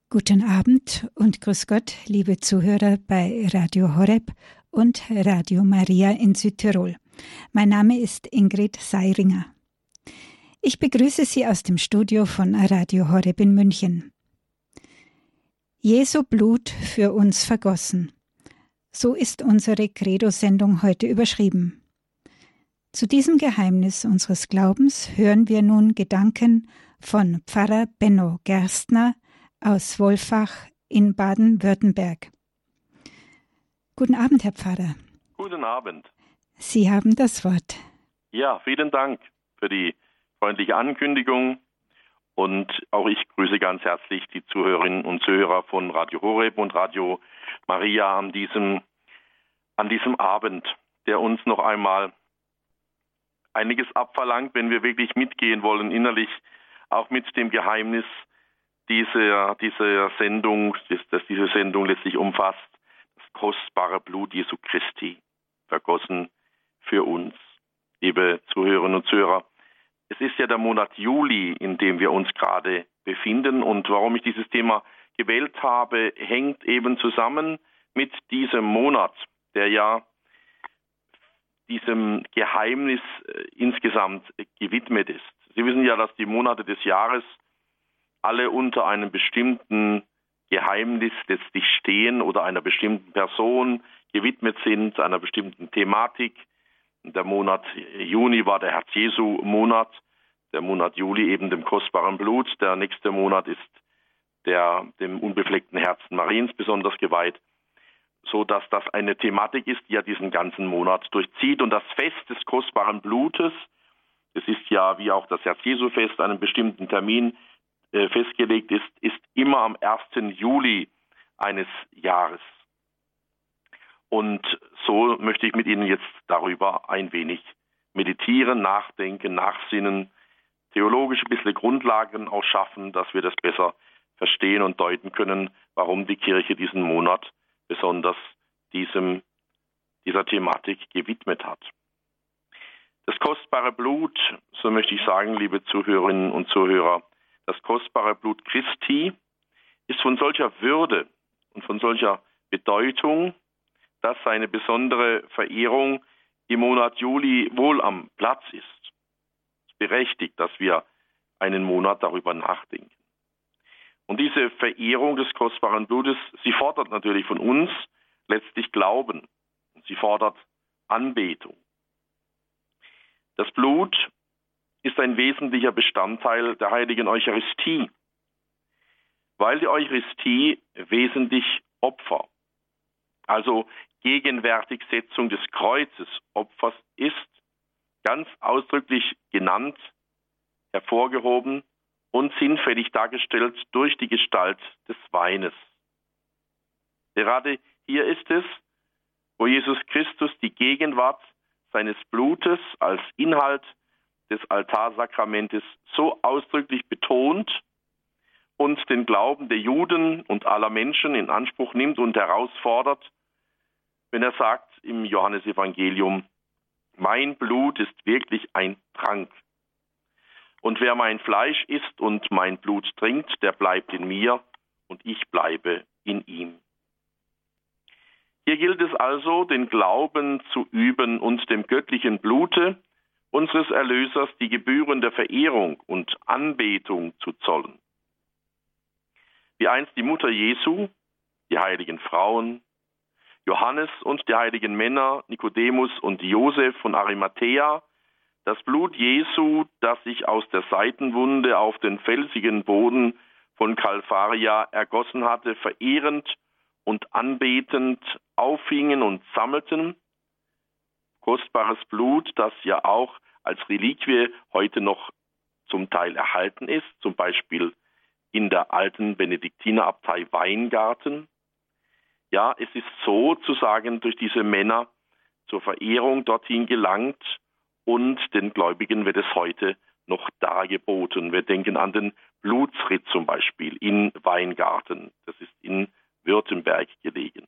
Guten Abend und grüß Gott, liebe Zuhörer bei Radio Horeb und Radio Maria in Südtirol. Mein Name ist Ingrid Seiringer. Ich begrüße Sie aus dem Studio von Radio Horeb in München. Jesu Blut für uns vergossen. So ist unsere Credo-Sendung heute überschrieben. Zu diesem Geheimnis unseres Glaubens hören wir nun Gedanken von Pfarrer Benno Gerstner aus Wolfach in Baden-Württemberg. Guten Abend, Herr Pfarrer. Guten Abend. Sie haben das Wort. Ja, vielen Dank für die freundliche Ankündigung und auch ich grüße ganz herzlich die Zuhörerinnen und Zuhörer von Radio Horeb und Radio Maria an diesem Abend, der uns noch einmal einiges abverlangt, wenn wir wirklich mitgehen wollen, innerlich auch mit dem Geheimnis diese Sendung, dass diese Sendung letztlich umfasst, das kostbare Blut Jesu Christi, vergossen für uns. Liebe Zuhörerinnen und Zuhörer, es ist ja der Monat Juli, in dem wir uns gerade befinden, und warum ich dieses Thema gewählt habe, hängt eben zusammen mit diesem Monat, der ja diesem Geheimnis insgesamt gewidmet ist. Sie wissen ja, dass die Monate des Jahres alle unter einem bestimmten Geheimnis letztlich stehen oder einer bestimmten Person gewidmet sind, einer bestimmten Thematik. Der Monat Juni war der Herz-Jesu-Monat, der Monat Juli eben dem kostbaren Blut, der nächste Monat ist dem unbefleckten Herzen Mariens besonders geweiht, so dass das eine Thematik ist, die ja diesen ganzen Monat durchzieht. Und das Fest des kostbaren Blutes, es ist ja wie auch das Herz-Jesu-Fest einen bestimmten Termin festgelegt ist immer am 1. Juli eines Jahres. Und so möchte ich mit Ihnen jetzt darüber ein wenig meditieren, nachdenken, nachsinnen, theologisch ein bisschen Grundlagen ausschaffen, dass wir das besser verstehen und deuten können, warum die Kirche diesen Monat besonders dieser Thematik gewidmet hat. Das kostbare Blut, so möchte ich sagen, liebe Zuhörerinnen und Zuhörer, das kostbare Blut Christi ist von solcher Würde und von solcher Bedeutung, dass seine besondere Verehrung im Monat Juli wohl am Platz ist. Es ist berechtigt, dass wir einen Monat darüber nachdenken. Und diese Verehrung des kostbaren Blutes, sie fordert natürlich von uns letztlich Glauben. Sie fordert Anbetung. Das Blut ist ein wesentlicher Bestandteil der heiligen Eucharistie, weil die Eucharistie wesentlich Opfer, also Gegenwärtigsetzung des Kreuzes Opfers ist, ganz ausdrücklich genannt, hervorgehoben und sinnfällig dargestellt durch die Gestalt des Weines. Gerade hier ist es, wo Jesus Christus die Gegenwart seines Blutes als Inhalt des Altarsakramentes so ausdrücklich betont und den Glauben der Juden und aller Menschen in Anspruch nimmt und herausfordert, wenn er sagt im Johannesevangelium: Mein Blut ist wirklich ein Trank. Und wer mein Fleisch isst und mein Blut trinkt, der bleibt in mir und ich bleibe in ihm. Hier gilt es also, den Glauben zu üben und dem göttlichen Blute unseres Erlösers die Gebühren der Verehrung und Anbetung zu zollen. Wie einst die Mutter Jesu, die heiligen Frauen, Johannes und die heiligen Männer Nikodemus und Josef von Arimathäa, das Blut Jesu, das sich aus der Seitenwunde auf den felsigen Boden von Kalvaria ergossen hatte, verehrend und anbetend auffingen und sammelten. Kostbares Blut, das ja auch als Reliquie heute noch zum Teil erhalten ist, zum Beispiel in der alten Benediktinerabtei Weingarten. Ja, es ist sozusagen durch diese Männer zur Verehrung dorthin gelangt und den Gläubigen wird es heute noch dargeboten. Wir denken an den Blutsritt zum Beispiel in Weingarten. Das ist in Württemberg gelegen.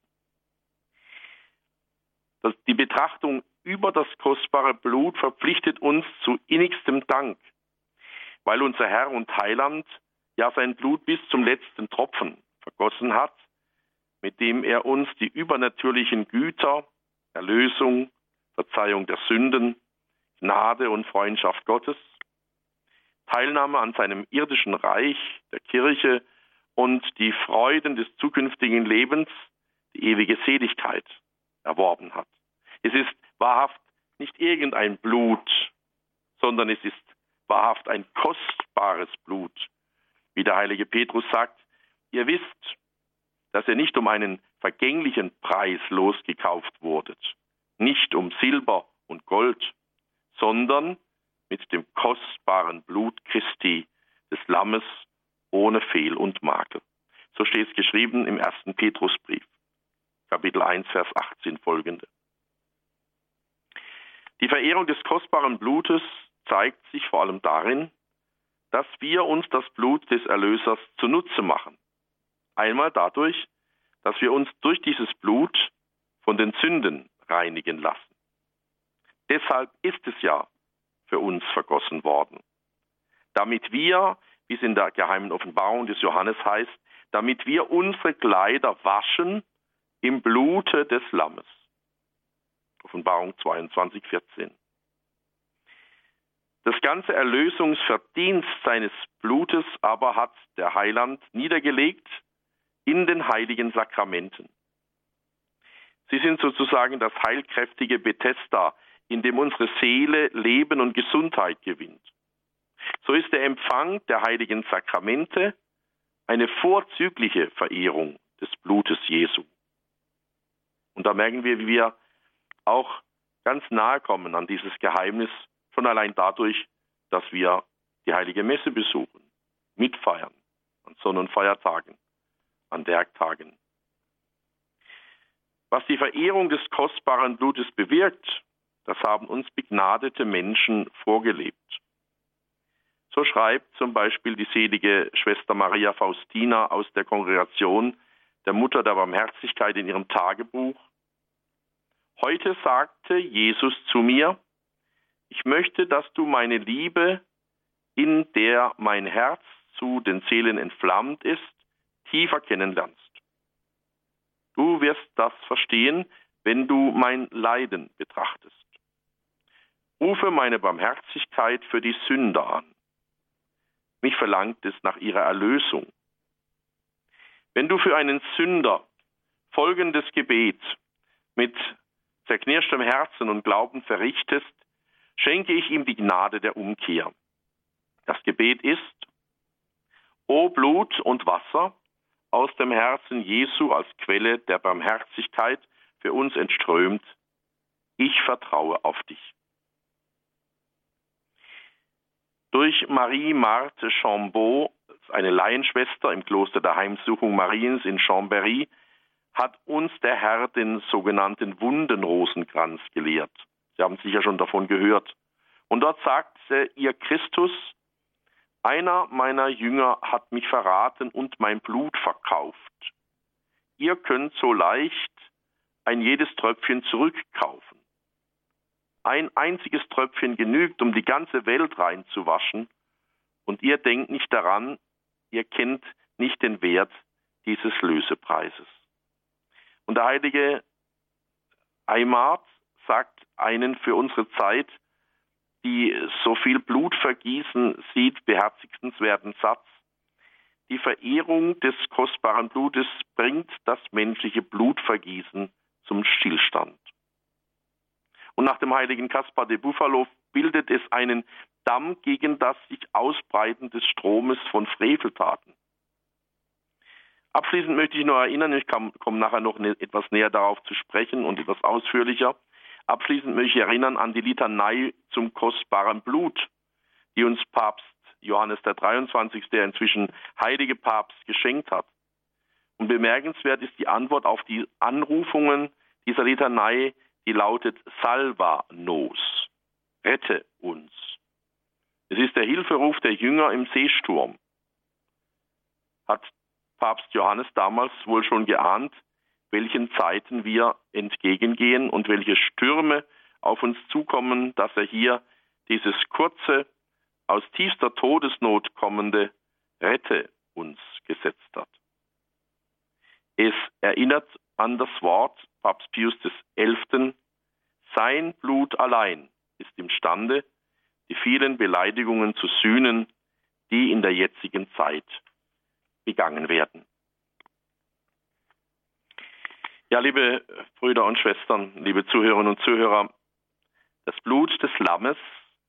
Die Betrachtung über das kostbare Blut verpflichtet uns zu innigstem Dank, weil unser Herr und Heiland ja sein Blut bis zum letzten Tropfen vergossen hat, mit dem er uns die übernatürlichen Güter, Erlösung, Verzeihung der Sünden, Gnade und Freundschaft Gottes, Teilnahme an seinem irdischen Reich, der Kirche und die Freuden des zukünftigen Lebens, die ewige Seligkeit, erworben hat. Es ist wahrhaft nicht irgendein Blut, sondern es ist wahrhaft ein kostbares Blut. Wie der heilige Petrus sagt, ihr wisst, dass ihr nicht um einen vergänglichen Preis losgekauft wurdet, nicht um Silber und Gold, sondern mit dem kostbaren Blut Christi, des Lammes, ohne Fehl und Makel. So steht es geschrieben im 1. Petrusbrief, Kapitel 1, Vers 18 folgende. Die Verehrung des kostbaren Blutes zeigt sich vor allem darin, dass wir uns das Blut des Erlösers zunutze machen. Einmal dadurch, dass wir uns durch dieses Blut von den Sünden reinigen lassen. Deshalb ist es ja für uns vergossen worden. Damit wir, wie es in der geheimen Offenbarung des Johannes heißt, damit wir unsere Kleider waschen im Blute des Lammes. Offenbarung 22, 14. Das ganze Erlösungsverdienst seines Blutes aber hat der Heiland niedergelegt in den heiligen Sakramenten. Sie sind sozusagen das heilkräftige Bethesda, in dem unsere Seele Leben und Gesundheit gewinnt. So ist der Empfang der heiligen Sakramente eine vorzügliche Verehrung des Blutes Jesu. Und da merken wir, wie wir auch ganz nahe kommen an dieses Geheimnis, schon allein dadurch, dass wir die heilige Messe besuchen, mitfeiern, an Sonn- und Feiertagen, an Werktagen. Was die Verehrung des kostbaren Blutes bewirkt, das haben uns begnadete Menschen vorgelebt. So schreibt zum Beispiel die selige Schwester Maria Faustina aus der Kongregation der Mutter der Barmherzigkeit in ihrem Tagebuch: Heute sagte Jesus zu mir, ich möchte, dass du meine Liebe, in der mein Herz zu den Seelen entflammt ist, tiefer kennenlernst. Du wirst das verstehen, wenn du mein Leiden betrachtest. Rufe meine Barmherzigkeit für die Sünder an. Mich verlangt es nach ihrer Erlösung. Wenn du für einen Sünder folgendes Gebet mit zerknirschtem Herzen und Glauben verrichtest, schenke ich ihm die Gnade der Umkehr. Das Gebet ist: O Blut und Wasser, aus dem Herzen Jesu als Quelle der Barmherzigkeit für uns entströmt, ich vertraue auf dich. Durch Marie Marthe Chambaud, eine Laienschwester im Kloster der Heimsuchung Mariens in Chambéry, hat uns der Herr den sogenannten Wundenrosenkranz gelehrt. Sie haben sicher schon davon gehört. Und dort sagt ihr Christus: Einer meiner Jünger hat mich verraten und mein Blut verkauft. Ihr könnt so leicht ein jedes Tröpfchen zurückkaufen. Ein einziges Tröpfchen genügt, um die ganze Welt reinzuwaschen. Und ihr denkt nicht daran, ihr kennt nicht den Wert dieses Lösepreises. Und der heilige Aimard sagt einen für unsere Zeit, die so viel Blutvergießen sieht, beherzigenswerten Satz: Die Verehrung des kostbaren Blutes bringt das menschliche Blutvergießen zum Stillstand. Und nach dem heiligen Caspar de Buffalo bildet es einen Damm gegen das sich Ausbreiten des Stromes von Freveltaten. Abschließend möchte ich nur erinnern, ich komme nachher noch etwas näher darauf zu sprechen und etwas ausführlicher. Abschließend möchte ich erinnern an die Litanei zum kostbaren Blut, die uns Papst Johannes der 23., der inzwischen heilige Papst, geschenkt hat. Und bemerkenswert ist die Antwort auf die Anrufungen dieser Litanei, die lautet: Salva nos, rette uns. Es ist der Hilferuf der Jünger im Seesturm. Hat Papst Johannes damals wohl schon geahnt, welchen Zeiten wir entgegengehen und welche Stürme auf uns zukommen, dass er hier dieses kurze, aus tiefster Todesnot kommende Rette uns gesetzt hat. erinnert an das Wort Papst Pius XI. Sein Blut allein ist imstande, die vielen Beleidigungen zu sühnen, die in der jetzigen Zeit begangen werden. Ja, liebe Brüder und Schwestern, liebe Zuhörerinnen und Zuhörer, das Blut des Lammes,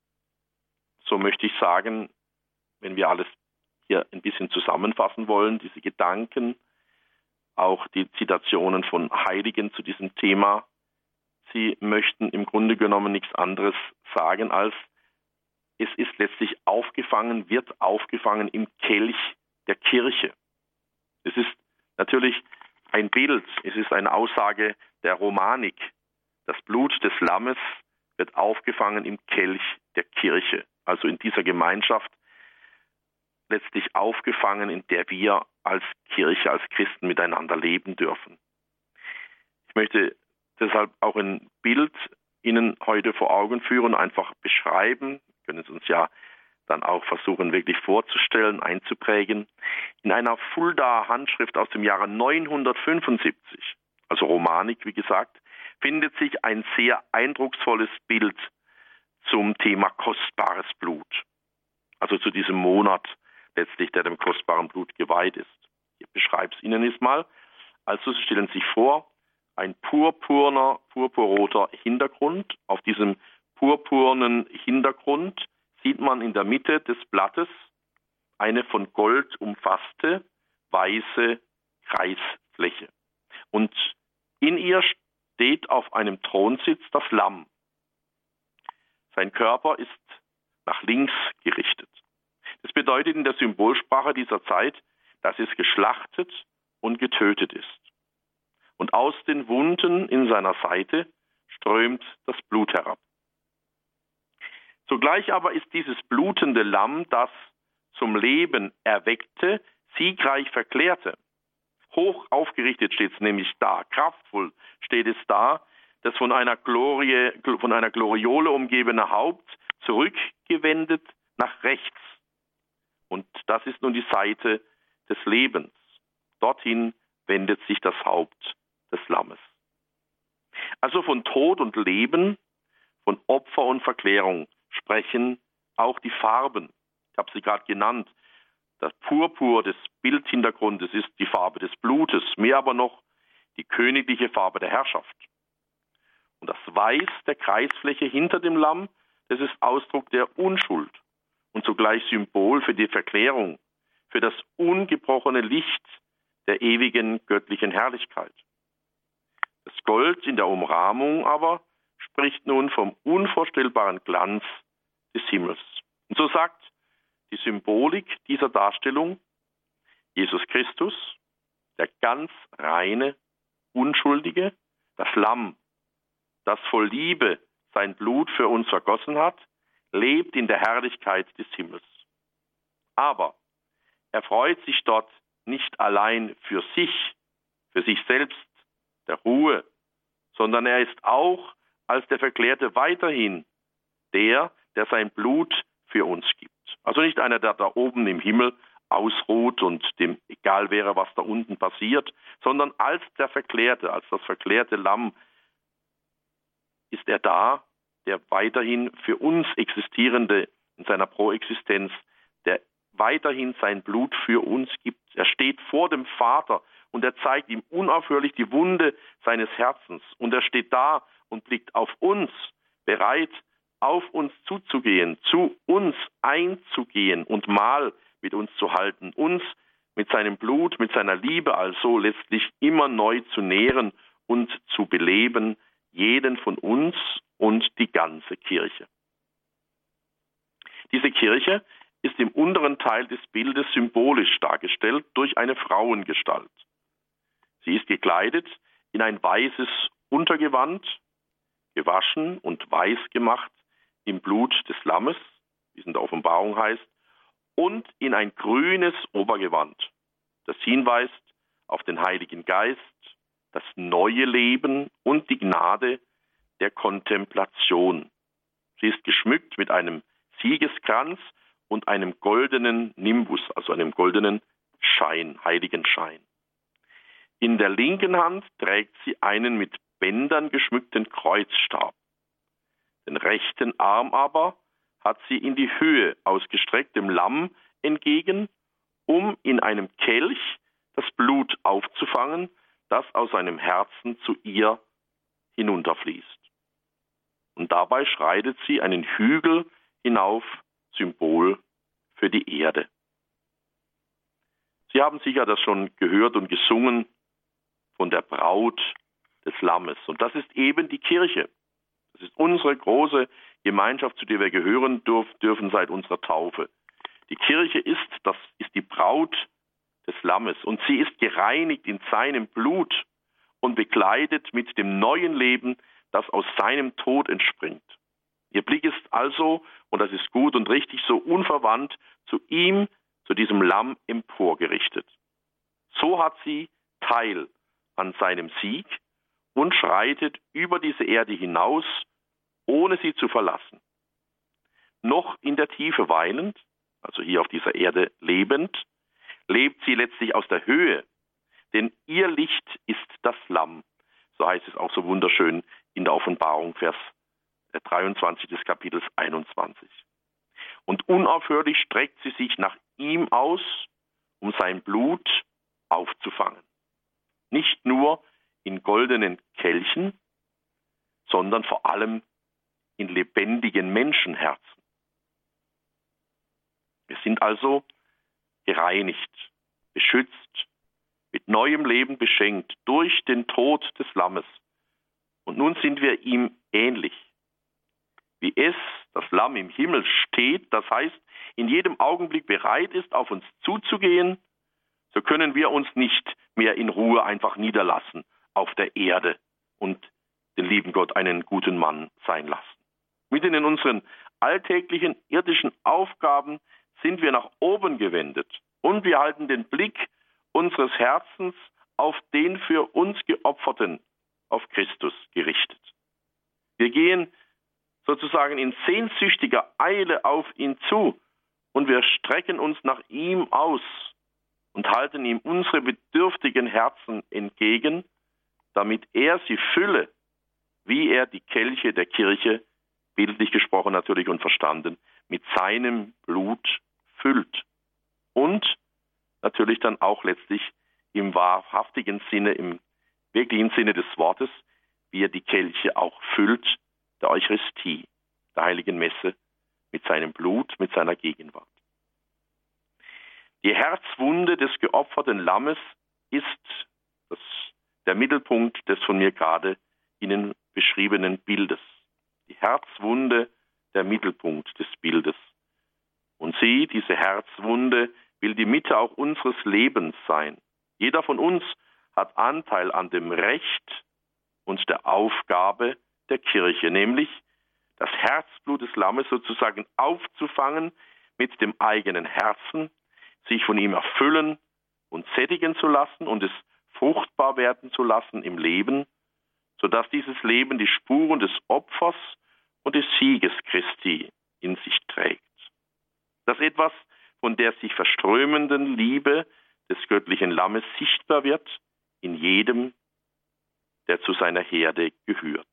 so möchte ich sagen, wenn wir alles hier ein bisschen zusammenfassen wollen, diese Gedanken, auch die Zitationen von Heiligen zu diesem Thema, sie möchten im Grunde genommen nichts anderes sagen, als es ist letztlich aufgefangen, wird aufgefangen im Kelch der Kirche. Es ist natürlich ein Bild, es ist eine Aussage der Romanik. Das Blut des Lammes wird aufgefangen im Kelch der Kirche, also in dieser Gemeinschaft letztlich aufgefangen, in der wir als Kirche, als Christen miteinander leben dürfen. Ich möchte deshalb auch ein Bild Ihnen heute vor Augen führen, einfach beschreiben. Wir können es uns ja dann auch versuchen, wirklich vorzustellen, einzuprägen. In einer Fulda-Handschrift aus dem Jahre 975, also Romanik, wie gesagt, findet sich ein sehr eindrucksvolles Bild zum Thema kostbares Blut. Also zu diesem Monat letztlich, der dem kostbaren Blut geweiht ist. Ich beschreibe es Ihnen jetzt mal. Also Sie stellen sich vor, ein purpurroter Hintergrund. Auf diesem purpurnen Hintergrund sieht man in der Mitte des Blattes eine von Gold umfasste, weiße Kreisfläche. Und in ihr steht auf einem Thronsitz das Lamm. Sein Körper ist nach links gerichtet. Das bedeutet in der Symbolsprache dieser Zeit, dass es geschlachtet und getötet ist. Und aus den Wunden in seiner Seite strömt das Blut herab. Zugleich aber ist dieses blutende Lamm, das zum Leben erweckte, siegreich verklärte. Hoch aufgerichtet steht es nämlich da, kraftvoll steht es da, das von einer Gloriole umgebene Haupt zurückgewendet nach rechts. Und das ist nun die Seite des Lebens. Dorthin wendet sich das Haupt des Lammes. Also von Tod und Leben, von Opfer und Verklärung sprechen auch die Farben. Ich habe sie gerade genannt. Das Purpur des Bildhintergrundes ist die Farbe des Blutes, mehr aber noch die königliche Farbe der Herrschaft. Und das Weiß der Kreisfläche hinter dem Lamm, das ist Ausdruck der Unschuld und zugleich Symbol für die Verklärung, für das ungebrochene Licht der ewigen göttlichen Herrlichkeit. Das Gold in der Umrahmung aber spricht nun vom unvorstellbaren Glanz des Himmels. Und so sagt die Symbolik dieser Darstellung, Jesus Christus, der ganz reine, unschuldige, das Lamm, das voll Liebe sein Blut für uns vergossen hat, lebt in der Herrlichkeit des Himmels. Aber er freut sich dort nicht allein für sich selbst, der Ruhe, sondern er ist auch als der Verklärte weiterhin der sein Blut für uns gibt. Also nicht einer, der da oben im Himmel ausruht und dem egal wäre, was da unten passiert, sondern als der Verklärte, als das verklärte Lamm ist er da, der weiterhin für uns Existierende in seiner Proexistenz, der weiterhin sein Blut für uns gibt. Er steht vor dem Vater und er zeigt ihm unaufhörlich die Wunde seines Herzens. Und er steht da und blickt auf uns, bereit, auf uns zuzugehen, zu uns einzugehen und Mahl mit uns zu halten, uns mit seinem Blut, mit seiner Liebe also letztlich immer neu zu nähren und zu beleben, jeden von uns und die ganze Kirche. Diese Kirche ist im unteren Teil des Bildes symbolisch dargestellt durch eine Frauengestalt. Sie ist gekleidet in ein weißes Untergewand, gewaschen und weiß gemacht im Blut des Lammes, wie es in der Offenbarung heißt, und in ein grünes Obergewand, das hinweist auf den Heiligen Geist, das neue Leben und die Gnade der Kontemplation. Sie ist geschmückt mit einem Siegeskranz und einem goldenen Nimbus, also einem goldenen Schein, heiligen Schein. In der linken Hand trägt sie einen mit Bändern geschmückten Kreuzstab. Den rechten Arm aber hat sie in die Höhe ausgestreckt dem Lamm entgegen, um in einem Kelch das Blut aufzufangen, das aus seinem Herzen zu ihr hinunterfließt. Und dabei schreitet sie einen Hügel hinauf, Symbol für die Erde. Sie haben sicher das schon gehört und gesungen von der Braut des Lammes. Und das ist eben die Kirche. Das ist unsere große Gemeinschaft, zu der wir gehören dürfen seit unserer Taufe. Die Kirche ist die Braut des Lammes und sie ist gereinigt in seinem Blut und bekleidet mit dem neuen Leben, das aus seinem Tod entspringt. Ihr Blick ist also, und das ist gut und richtig, so unverwandt zu ihm, zu diesem Lamm emporgerichtet. So hat sie Teil an seinem Sieg und schreitet über diese Erde hinaus, ohne sie zu verlassen. Noch in der Tiefe weilend, also hier auf dieser Erde lebend, lebt sie letztlich aus der Höhe, denn ihr Licht ist das Lamm. So heißt es auch so wunderschön in der Offenbarung, Vers 23 des Kapitels 21. Und unaufhörlich streckt sie sich nach ihm aus, um sein Blut aufzufangen. Nicht nur in goldenen Kelchen, sondern vor allem in lebendigen Menschenherzen. Wir sind also gereinigt, beschützt, mit neuem Leben beschenkt durch den Tod des Lammes. Und nun sind wir ihm ähnlich. Wie es, das Lamm im Himmel, steht, das heißt, in jedem Augenblick bereit ist, auf uns zuzugehen, so können wir uns nicht mehr in Ruhe einfach niederlassen auf der Erde und den lieben Gott einen guten Mann sein lassen. Mitten in unseren alltäglichen irdischen Aufgaben sind wir nach oben gewendet und wir halten den Blick unseres Herzens auf den für uns Geopferten, auf Christus gerichtet. Wir gehen sozusagen in sehnsüchtiger Eile auf ihn zu und wir strecken uns nach ihm aus und halten ihm unsere bedürftigen Herzen entgegen, damit er sie fülle, wie er die Kelche der Kirche, bildlich gesprochen natürlich und verstanden, mit seinem Blut füllt. Und natürlich dann auch letztlich im wahrhaftigen Sinne, im wirklichen Sinne des Wortes, wie er die Kelche auch füllt, der Eucharistie, der heiligen Messe, mit seinem Blut, mit seiner Gegenwart. Die Herzwunde des geopferten Lammes ist der Mittelpunkt des von mir gerade Ihnen beschriebenen Bildes. Die Herzwunde, der Mittelpunkt des Bildes. Und sie, diese Herzwunde, will die Mitte auch unseres Lebens sein. Jeder von uns hat Anteil an dem Recht und der Aufgabe der Kirche, nämlich das Herzblut des Lammes sozusagen aufzufangen mit dem eigenen Herzen, sich von ihm erfüllen und sättigen zu lassen und es fruchtbar werden zu lassen im Leben, sodass dieses Leben die Spuren des Opfers und des Sieges Christi in sich trägt. Dass etwas von der sich verströmenden Liebe des göttlichen Lammes sichtbar wird in jedem, der zu seiner Herde gehört.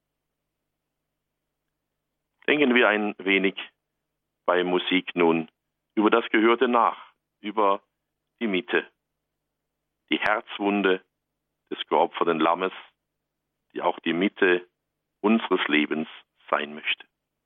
Denken wir ein wenig bei Musik nun über das Gehörte nach, über die Mitte, die Herzwunde des geopferten Lammes, die auch die Mitte unseres Lebens sein möchte.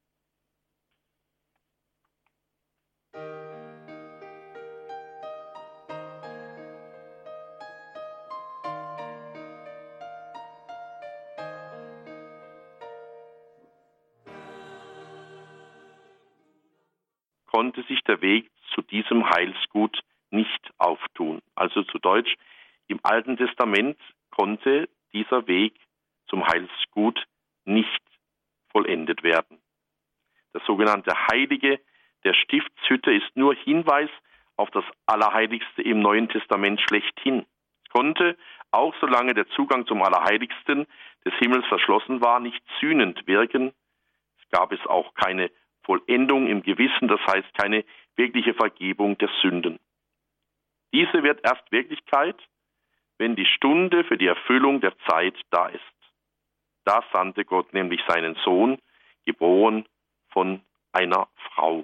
Konnte sich der Weg zu diesem Heilsgut nicht auftun. Also zu Deutsch, im Alten Testament konnte dieser Weg zum Heilsgut nicht vollendet werden. Das sogenannte Heilige der Stiftshütte ist nur Hinweis auf das Allerheiligste im Neuen Testament schlechthin. Es konnte, auch solange der Zugang zum Allerheiligsten des Himmels verschlossen war, nicht sühnend wirken. Es gab es auch keine Vollendung im Gewissen, das heißt keine wirkliche Vergebung der Sünden. Diese wird erst Wirklichkeit, wenn die Stunde für die Erfüllung der Zeit da ist. Da sandte Gott nämlich seinen Sohn, geboren von einer Frau.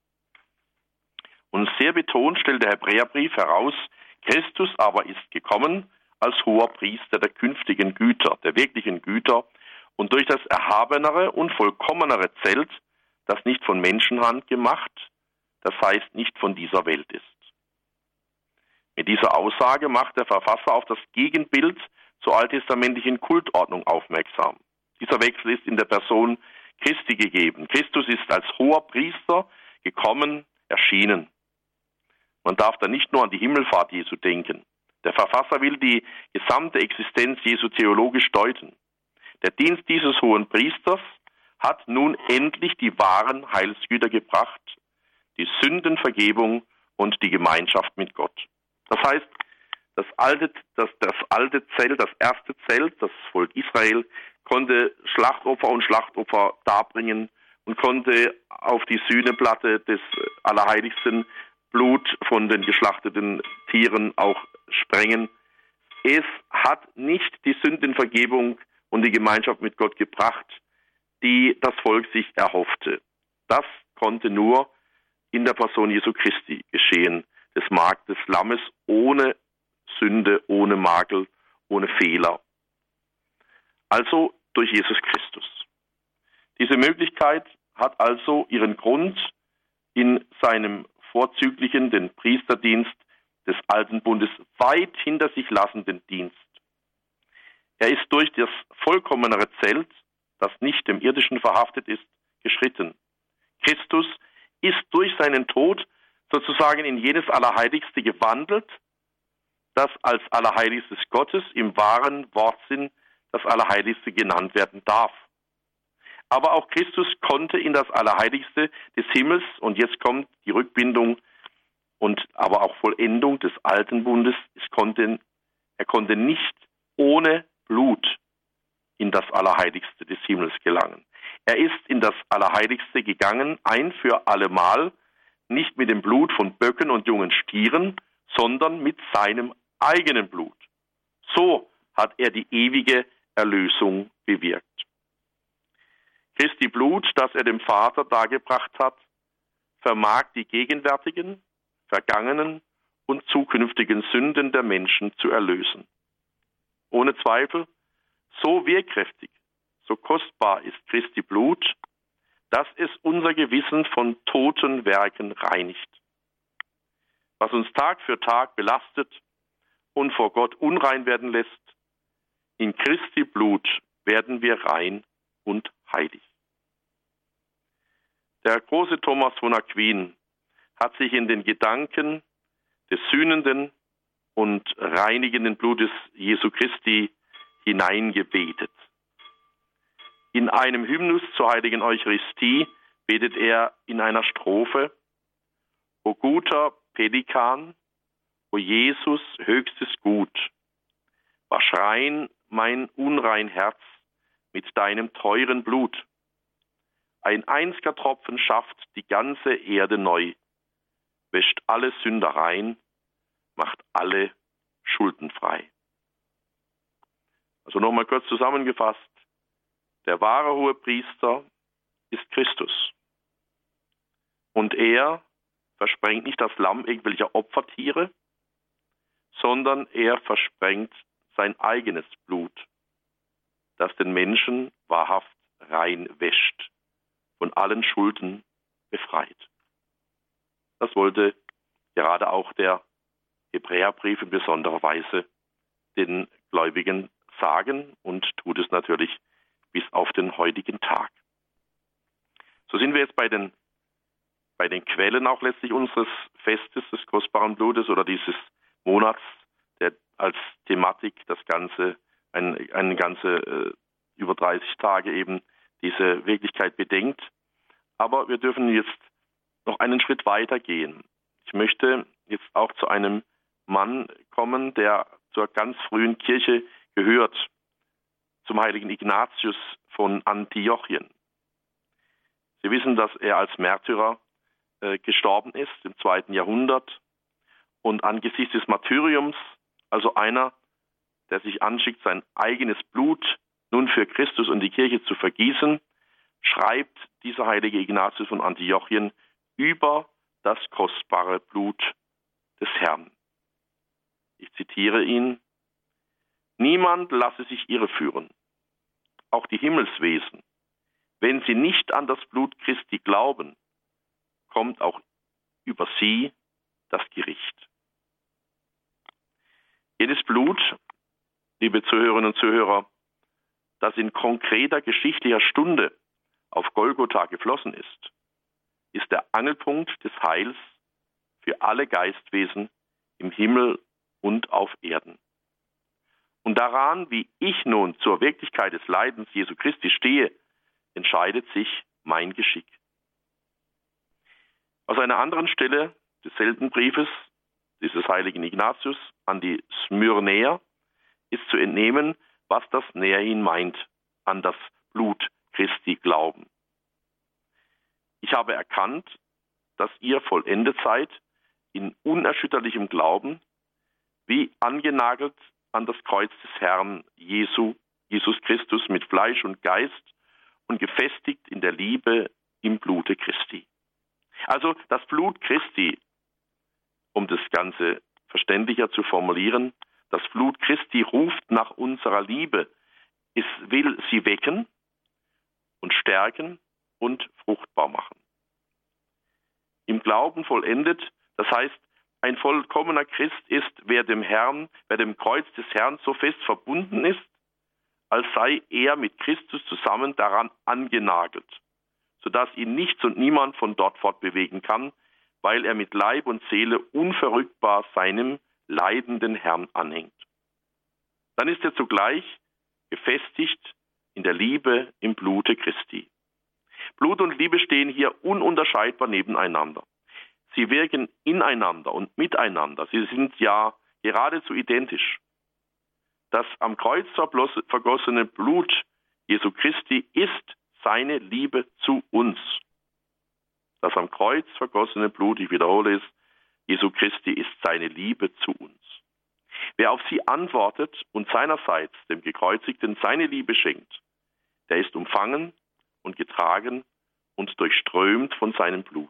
Und sehr betont stellt der Hebräerbrief heraus, Christus aber ist gekommen als hoher Priester der künftigen Güter, der wirklichen Güter, und durch das erhabenere und vollkommenere Zelt, das nicht von Menschenhand gemacht, das heißt nicht von dieser Welt ist. Mit dieser Aussage macht der Verfasser auf das Gegenbild zur alttestamentlichen Kultordnung aufmerksam. Dieser Wechsel ist in der Person Christi gegeben. Christus ist als hoher Priester gekommen, erschienen. Man darf da nicht nur an die Himmelfahrt Jesu denken. Der Verfasser will die gesamte Existenz Jesu theologisch deuten. Der Dienst dieses hohen Priesters hat nun endlich die wahren Heilsgüter gebracht, die Sündenvergebung und die Gemeinschaft mit Gott. Das heißt, das alte Zelt, das erste Zelt, das Volk Israel, konnte Schlachtopfer und Schlachtopfer darbringen und konnte auf die Sühneplatte des Allerheiligsten Blut von den geschlachteten Tieren auch sprengen. Es hat nicht die Sündenvergebung und die Gemeinschaft mit Gott gebracht, die das Volk sich erhoffte. Das konnte nur in der Person Jesu Christi geschehen, des Marktes Lammes ohne Sünde, ohne Makel, ohne Fehler. Also durch Jesus Christus. Diese Möglichkeit hat also ihren Grund in seinem vorzüglichen, den Priesterdienst des Alten Bundes weit hinter sich lassenden Dienst. Er ist durch das vollkommenere Zelt, das nicht dem Irdischen verhaftet ist, geschritten. Christus ist durch seinen Tod sozusagen in jenes Allerheiligste gewandelt, das als Allerheiligstes Gottes im wahren Wortsinn das Allerheiligste genannt werden darf. Aber auch Christus konnte in das Allerheiligste des Himmels, und jetzt kommt die Rückbindung und aber auch Vollendung des Alten Bundes, er konnte nicht ohne Blut in das Allerheiligste des Himmels gelangen. Er ist in das Allerheiligste gegangen, ein für allemal, nicht mit dem Blut von Böcken und jungen Stieren, sondern mit seinem eigenen Blut. So hat er die ewige Erlösung bewirkt. Christi Blut, das er dem Vater dargebracht hat, vermag die gegenwärtigen, vergangenen und zukünftigen Sünden der Menschen zu erlösen. Ohne Zweifel, so wirkkräftig, so kostbar ist Christi Blut, dass es unser Gewissen von toten Werken reinigt. Was uns Tag für Tag belastet und vor Gott unrein werden lässt, in Christi Blut werden wir rein und heilig. Der große Thomas von Aquin hat sich in den Gedanken des sühnenden und reinigenden Blutes Jesu Christi hineingebetet. In einem Hymnus zur heiligen Eucharistie betet er in einer Strophe: O guter Pelikan, o Jesus, höchstes Gut, wasch rein mein unrein Herz mit deinem teuren Blut. Ein einziger Tropfen schafft die ganze Erde neu, wäscht alle Sünder rein, macht alle Schulden frei. Also nochmal kurz zusammengefasst: Der wahre Hohepriester ist Christus. Und er versprengt nicht das Lamm irgendwelcher Opfertiere, sondern er versprengt sein eigenes Blut, das den Menschen wahrhaft rein wäscht, von allen Schulden befreit. Das wollte gerade auch der Hebräerbrief in besonderer Weise den Gläubigen sagen und tut es natürlich bis auf den heutigen Tag. So sind wir jetzt bei den Quellen auch letztlich unseres Festes des kostbaren Blutes oder dieses Monats, der als Thematik das Ganze, eine ganze über 30 Tage eben diese Wirklichkeit bedenkt. Aber wir dürfen jetzt noch einen Schritt weiter gehen. Ich möchte jetzt auch zu einem Mann kommen, der zur ganz frühen Kirche gehört, zum heiligen Ignatius von Antiochien. Sie wissen, dass er als Märtyrer gestorben ist im 2. Jahrhundert und angesichts des Martyriums, also einer der sich anschickt, sein eigenes Blut nun für Christus und die Kirche zu vergießen, schreibt dieser heilige Ignatius von Antiochien über das kostbare Blut des Herrn. Ich zitiere ihn: Niemand lasse sich irreführen, auch die Himmelswesen. Wenn sie nicht an das Blut Christi glauben, kommt auch über sie das Gericht. Jedes Blut, liebe Zuhörerinnen und Zuhörer, das in konkreter geschichtlicher Stunde auf Golgotha geflossen ist der Angelpunkt des Heils für alle Geistwesen im Himmel und auf Erden. Und daran, wie ich nun zur Wirklichkeit des Leidens Jesu Christi stehe, entscheidet sich mein Geschick. Aus einer anderen Stelle desselben Briefes, dieses heiligen Ignatius an die Smyrnäer, ist zu entnehmen, was das näherhin meint, an das Blut Christi glauben. Ich habe erkannt, dass ihr vollendet seid in unerschütterlichem Glauben, wie angenagelt an das Kreuz des Herrn Jesus Christus mit Fleisch und Geist und gefestigt in der Liebe im Blute Christi. Also das Blut Christi, um das Ganze verständlicher zu formulieren, das Blut Christi ruft nach unserer Liebe. Es will sie wecken und stärken und fruchtbar machen. Im Glauben vollendet, das heißt, ein vollkommener Christ ist, wer dem Kreuz des Herrn so fest verbunden ist, als sei er mit Christus zusammen daran angenagelt, sodass ihn nichts und niemand von dort fortbewegen kann, weil er mit Leib und Seele unverrückbar seinem leidenden Herrn anhängt. Dann ist er zugleich gefestigt in der Liebe im Blute Christi. Blut und Liebe stehen hier ununterscheidbar nebeneinander. Sie wirken ineinander und miteinander. Sie sind ja geradezu identisch. Das am Kreuz vergossene Blut Jesu Christi ist seine Liebe zu uns. Das am Kreuz vergossene Blut, ich wiederhole es, Jesu Christi ist seine Liebe zu uns. Wer auf sie antwortet und seinerseits dem Gekreuzigten seine Liebe schenkt, der ist umfangen und getragen und durchströmt von seinem Blut.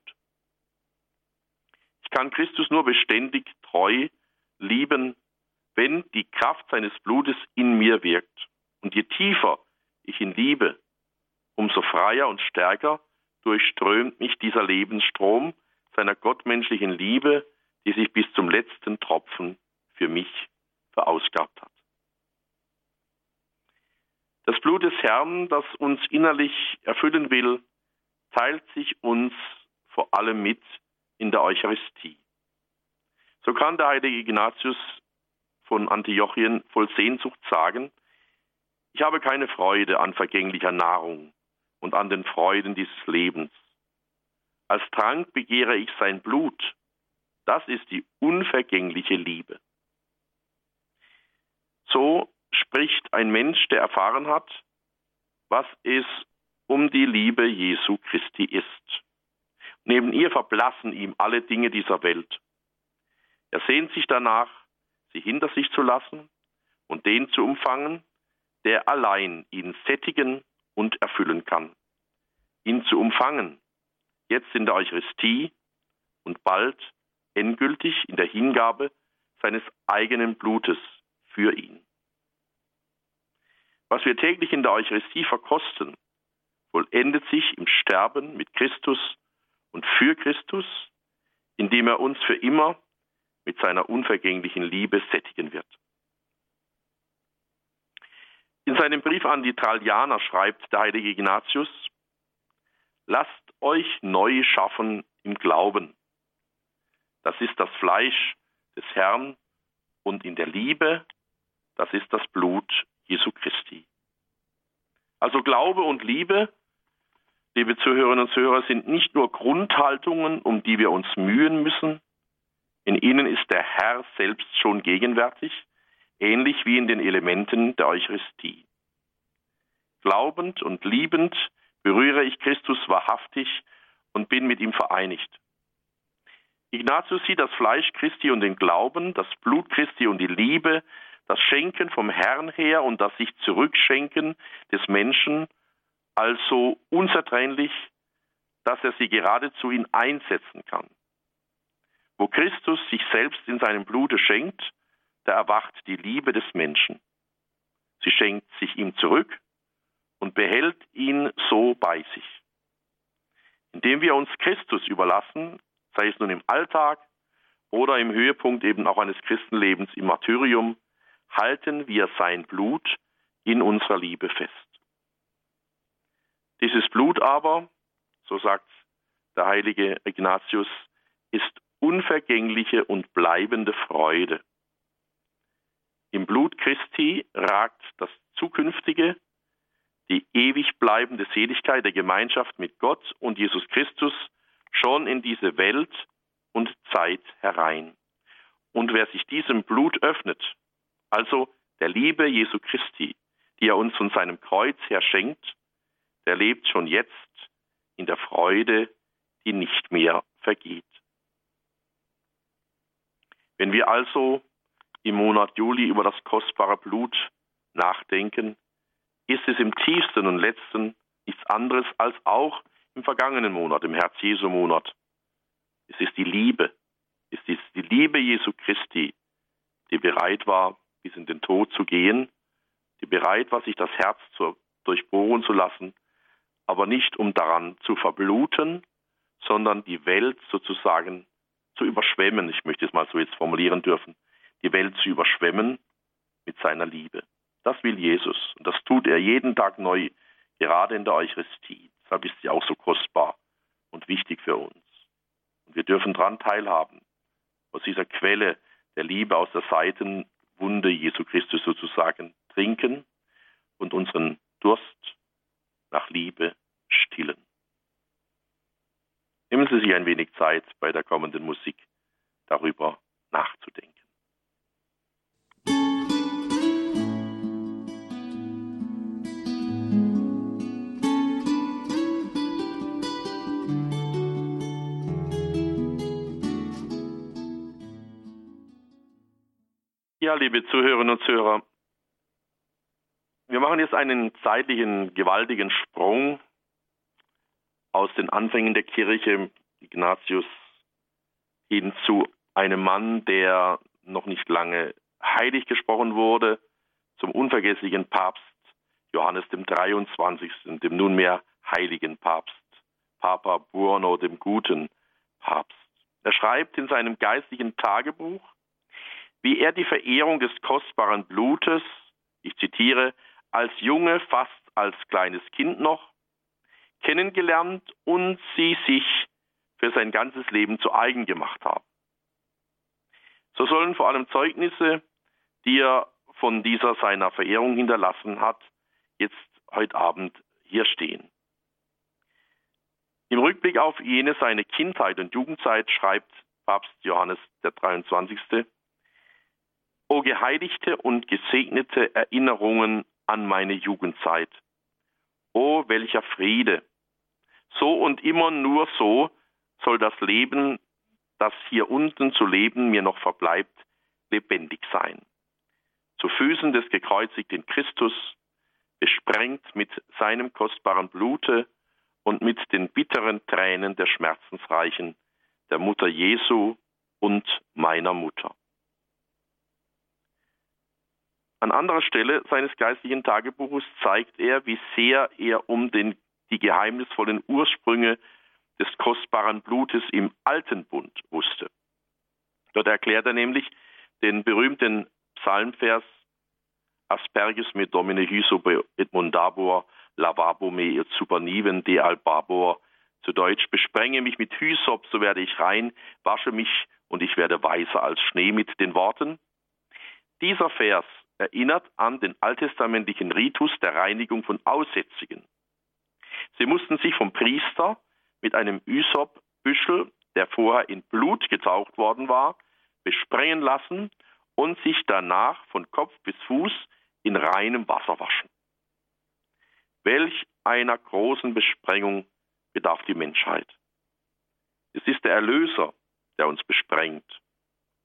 Ich kann Christus nur beständig treu lieben, wenn die Kraft seines Blutes in mir wirkt. Und je tiefer ich ihn liebe, umso freier und stärker durchströmt mich dieser Lebensstrom seiner gottmenschlichen Liebe, die sich bis zum letzten Tropfen für mich verausgabt hat. Das Blut des Herrn, das uns innerlich erfüllen will, teilt sich uns vor allem mit in der Eucharistie. So kann der heilige Ignatius von Antiochien voll Sehnsucht sagen: Ich habe keine Freude an vergänglicher Nahrung und an den Freuden dieses Lebens. Als Trank begehre ich sein Blut. Das ist die unvergängliche Liebe. So spricht ein Mensch, der erfahren hat, was es um die Liebe Jesu Christi ist. Neben ihr verblassen ihm alle Dinge dieser Welt. Er sehnt sich danach, sie hinter sich zu lassen und den zu umfangen, der allein ihn sättigen und erfüllen kann. Ihn zu umfangen, jetzt in der Eucharistie und bald endgültig in der Hingabe seines eigenen Blutes für ihn. Was wir täglich in der Eucharistie verkosten, vollendet sich im Sterben mit Christus und für Christus, indem er uns für immer mit seiner unvergänglichen Liebe sättigen wird. In seinem Brief an die Trallianer schreibt der heilige Ignatius: Lasst euch neu schaffen im Glauben. Das ist das Fleisch des Herrn, und in der Liebe, das ist das Blut Jesu Christi. Also Glaube und Liebe, liebe Zuhörerinnen und Zuhörer, sind nicht nur Grundhaltungen, um die wir uns mühen müssen. In ihnen ist der Herr selbst schon gegenwärtig, ähnlich wie in den Elementen der Eucharistie. Glaubend und liebend berühre ich Christus wahrhaftig und bin mit ihm vereinigt. Ignatius sieht das Fleisch Christi und den Glauben, das Blut Christi und die Liebe das Schenken vom Herrn her und das sich Zurückschenken des Menschen also unzertrennlich, dass er sie geradezu ihn einsetzen kann. Wo Christus sich selbst in seinem Blute schenkt, da erwacht die Liebe des Menschen. Sie schenkt sich ihm zurück und behält ihn so bei sich. Indem wir uns Christus überlassen, sei es nun im Alltag oder im Höhepunkt eben auch eines Christenlebens im Martyrium, halten wir sein Blut in unserer Liebe fest. Dieses Blut aber, so sagt der heilige Ignatius, ist unvergängliche und bleibende Freude. Im Blut Christi ragt das Zukünftige, die ewig bleibende Seligkeit der Gemeinschaft mit Gott und Jesus Christus schon in diese Welt und Zeit herein. Und wer sich diesem Blut öffnet, also der Liebe Jesu Christi, die er uns von seinem Kreuz her schenkt, der lebt schon jetzt in der Freude, die nicht mehr vergeht. Wenn wir also im Monat Juli über das kostbare Blut nachdenken, ist es im tiefsten und letzten nichts anderes als auch im vergangenen Monat, im Herz-Jesu-Monat. Es ist die Liebe. Es ist die Liebe Jesu Christi, die bereit war, bis in den Tod zu gehen, die bereit war, sich das Herz durchbohren zu lassen, aber nicht um daran zu verbluten, sondern die Welt sozusagen zu überschwemmen, ich möchte es mal so jetzt formulieren dürfen, die Welt zu überschwemmen mit seiner Liebe. Das will Jesus und das tut er jeden Tag neu, gerade in der Eucharistie. Deshalb ist sie auch so kostbar und wichtig für uns. Und wir dürfen daran teilhaben, aus dieser Quelle der Liebe, aus der Seitenwunde Jesu Christus sozusagen trinken und unseren Durst nach Liebe stillen. Nehmen Sie sich ein wenig Zeit, bei der kommenden Musik darüber nachzudenken. Ja, liebe Zuhörerinnen und Zuhörer, wir machen jetzt einen zeitlichen, gewaltigen Sprung aus den Anfängen der Kirche, Ignatius, hin zu einem Mann, der noch nicht lange heilig gesprochen wurde, zum unvergesslichen Papst Johannes dem 23., dem nunmehr heiligen Papst, Papa Buono, dem guten Papst. Er schreibt in seinem geistlichen Tagebuch, wie er die Verehrung des kostbaren Blutes, ich zitiere, als Junge, fast als kleines Kind noch, kennengelernt und sie sich für sein ganzes Leben zu eigen gemacht haben. So sollen vor allem Zeugnisse, die er von dieser seiner Verehrung hinterlassen hat, jetzt heute Abend hier stehen. Im Rückblick auf jene seine Kindheit und Jugendzeit schreibt Papst Johannes der 23. O geheiligte und gesegnete Erinnerungen an meine Jugendzeit. O welcher Friede! So und immer nur so soll das Leben, das hier unten zu leben mir noch verbleibt, lebendig sein. Zu Füßen des gekreuzigten Christus, besprengt mit seinem kostbaren Blute und mit den bitteren Tränen der Schmerzensreichen, der Mutter Jesu und meiner Mutter. An anderer Stelle seines geistlichen Tagebuches zeigt er, wie sehr er um die geheimnisvollen Ursprünge des kostbaren Blutes im Alten Bund wusste. Dort erklärt er nämlich den berühmten Psalmvers Asperges me Domine hysope et mundabor, lavabo me et superniven de albabor. Zu Deutsch, besprenge mich mit Hysop, so werde ich rein, wasche mich und ich werde weißer als Schnee, mit den Worten. Dieser Vers erinnert an den alttestamentlichen Ritus der Reinigung von Aussätzigen. Sie mussten sich vom Priester mit einem Hysopbüschel, der vorher in Blut getaucht worden war, besprengen lassen und sich danach von Kopf bis Fuß in reinem Wasser waschen. Welch einer großen Besprengung bedarf die Menschheit. Es ist der Erlöser, der uns besprengt.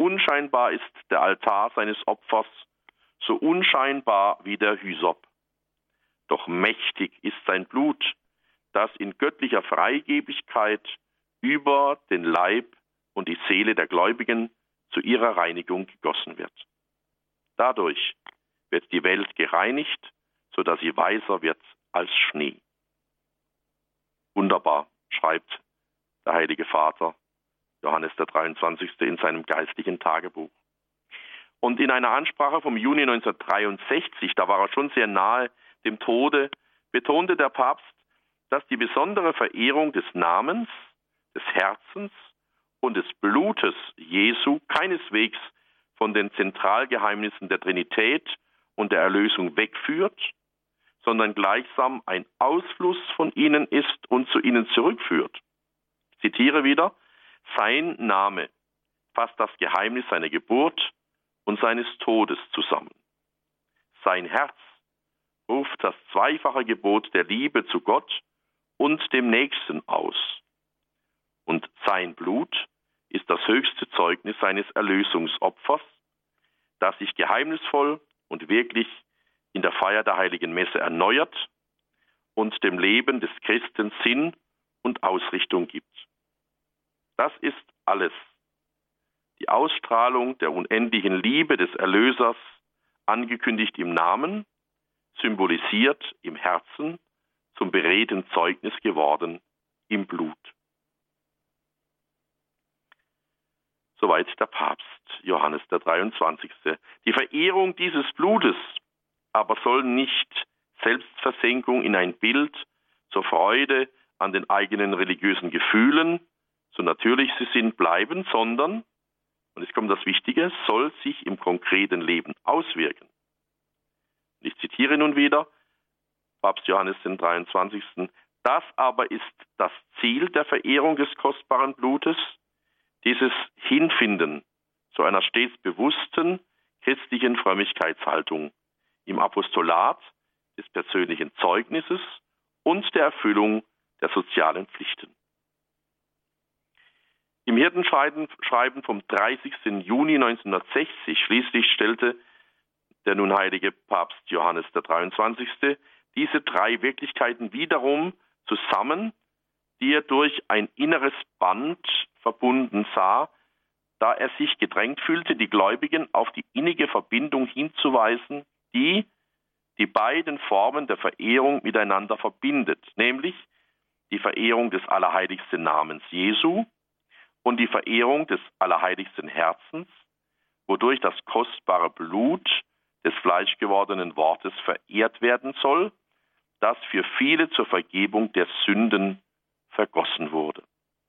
unscheinbar ist der Altar seines Opfers, so unscheinbar wie der Hysop. Doch mächtig ist sein Blut, das in göttlicher Freigebigkeit über den Leib und die Seele der Gläubigen zu ihrer Reinigung gegossen wird. Dadurch wird die Welt gereinigt, sodass sie weißer wird als Schnee. Wunderbar, schreibt der Heilige Vater Johannes der 23. in seinem geistlichen Tagebuch. Und in einer Ansprache vom Juni 1963, da war er schon sehr nahe dem Tode, betonte der Papst, dass die besondere Verehrung des Namens, des Herzens und des Blutes Jesu keineswegs von den Zentralgeheimnissen der Trinität und der Erlösung wegführt, sondern gleichsam ein Ausfluss von ihnen ist und zu ihnen zurückführt. Ich zitiere wieder: Sein Name fasst das Geheimnis seiner Geburt und seines Todes zusammen. Sein Herz ruft das zweifache Gebot der Liebe zu Gott und dem Nächsten aus. Und sein Blut ist das höchste Zeugnis seines Erlösungsopfers, das sich geheimnisvoll und wirklich in der Feier der Heiligen Messe erneuert und dem Leben des Christen Sinn und Ausrichtung gibt. Das ist alles. Die Ausstrahlung der unendlichen Liebe des Erlösers, angekündigt im Namen, symbolisiert im Herzen, zum beredten Zeugnis geworden im Blut. Soweit der Papst Johannes der 23. Die Verehrung dieses Blutes aber soll nicht Selbstversenkung in ein Bild zur Freude an den eigenen religiösen Gefühlen, so natürlich sie sind, bleiben, sondern, und jetzt kommt das Wichtige, soll sich im konkreten Leben auswirken. Ich zitiere nun wieder Papst Johannes den 23. Das aber ist das Ziel der Verehrung des kostbaren Blutes, dieses Hinfinden zu einer stets bewussten christlichen Frömmigkeitshaltung im Apostolat des persönlichen Zeugnisses und der Erfüllung der sozialen Pflichten. Im Hirtenschreiben vom 30. Juni 1960 schließlich stellte der nun heilige Papst Johannes der 23. diese drei Wirklichkeiten wiederum zusammen, die er durch ein inneres Band verbunden sah, da er sich gedrängt fühlte, die Gläubigen auf die innige Verbindung hinzuweisen, die die beiden Formen der Verehrung miteinander verbindet, nämlich die Verehrung des allerheiligsten Namens Jesu und die Verehrung des allerheiligsten Herzens, wodurch das kostbare Blut des fleischgewordenen Wortes verehrt werden soll, das für viele zur Vergebung der Sünden vergossen wurde.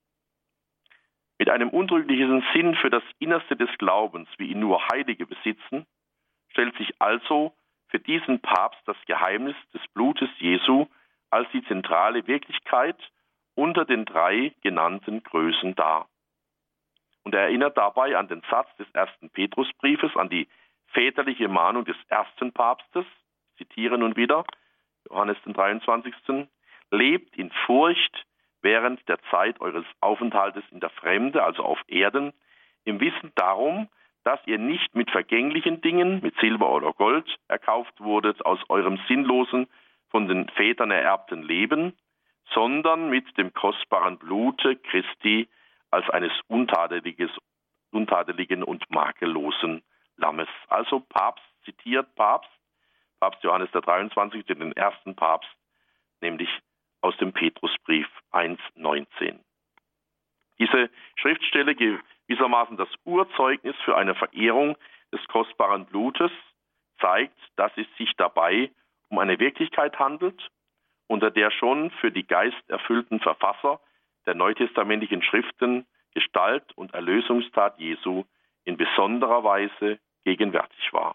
Mit einem untrüglichen Sinn für das Innerste des Glaubens, wie ihn nur Heilige besitzen, stellt sich also für diesen Papst das Geheimnis des Blutes Jesu als die zentrale Wirklichkeit unter den drei genannten Größen dar. Und er erinnert dabei an den Satz des 1. Petrusbriefes, an die väterliche Mahnung des ersten Papstes, ich zitiere nun wieder Johannes den 23. Lebt in Furcht während der Zeit eures Aufenthaltes in der Fremde, also auf Erden, im Wissen darum, dass ihr nicht mit vergänglichen Dingen, mit Silber oder Gold, erkauft wurdet aus eurem sinnlosen, von den Vätern ererbten Leben, sondern mit dem kostbaren Blute Christi als eines untadeligen und makellosen Lammes. Also Papst zitiert Papst Johannes der 23., den ersten Papst, nämlich aus dem Petrusbrief 1,19. Diese Schriftstelle gewissermaßen das Urzeugnis für eine Verehrung des kostbaren Blutes zeigt, dass es sich dabei um eine Wirklichkeit handelt, unter der schon für die geisterfüllten Verfasser der neutestamentlichen Schriften Gestalt und Erlösungstat Jesu in besonderer Weise gegenwärtig war.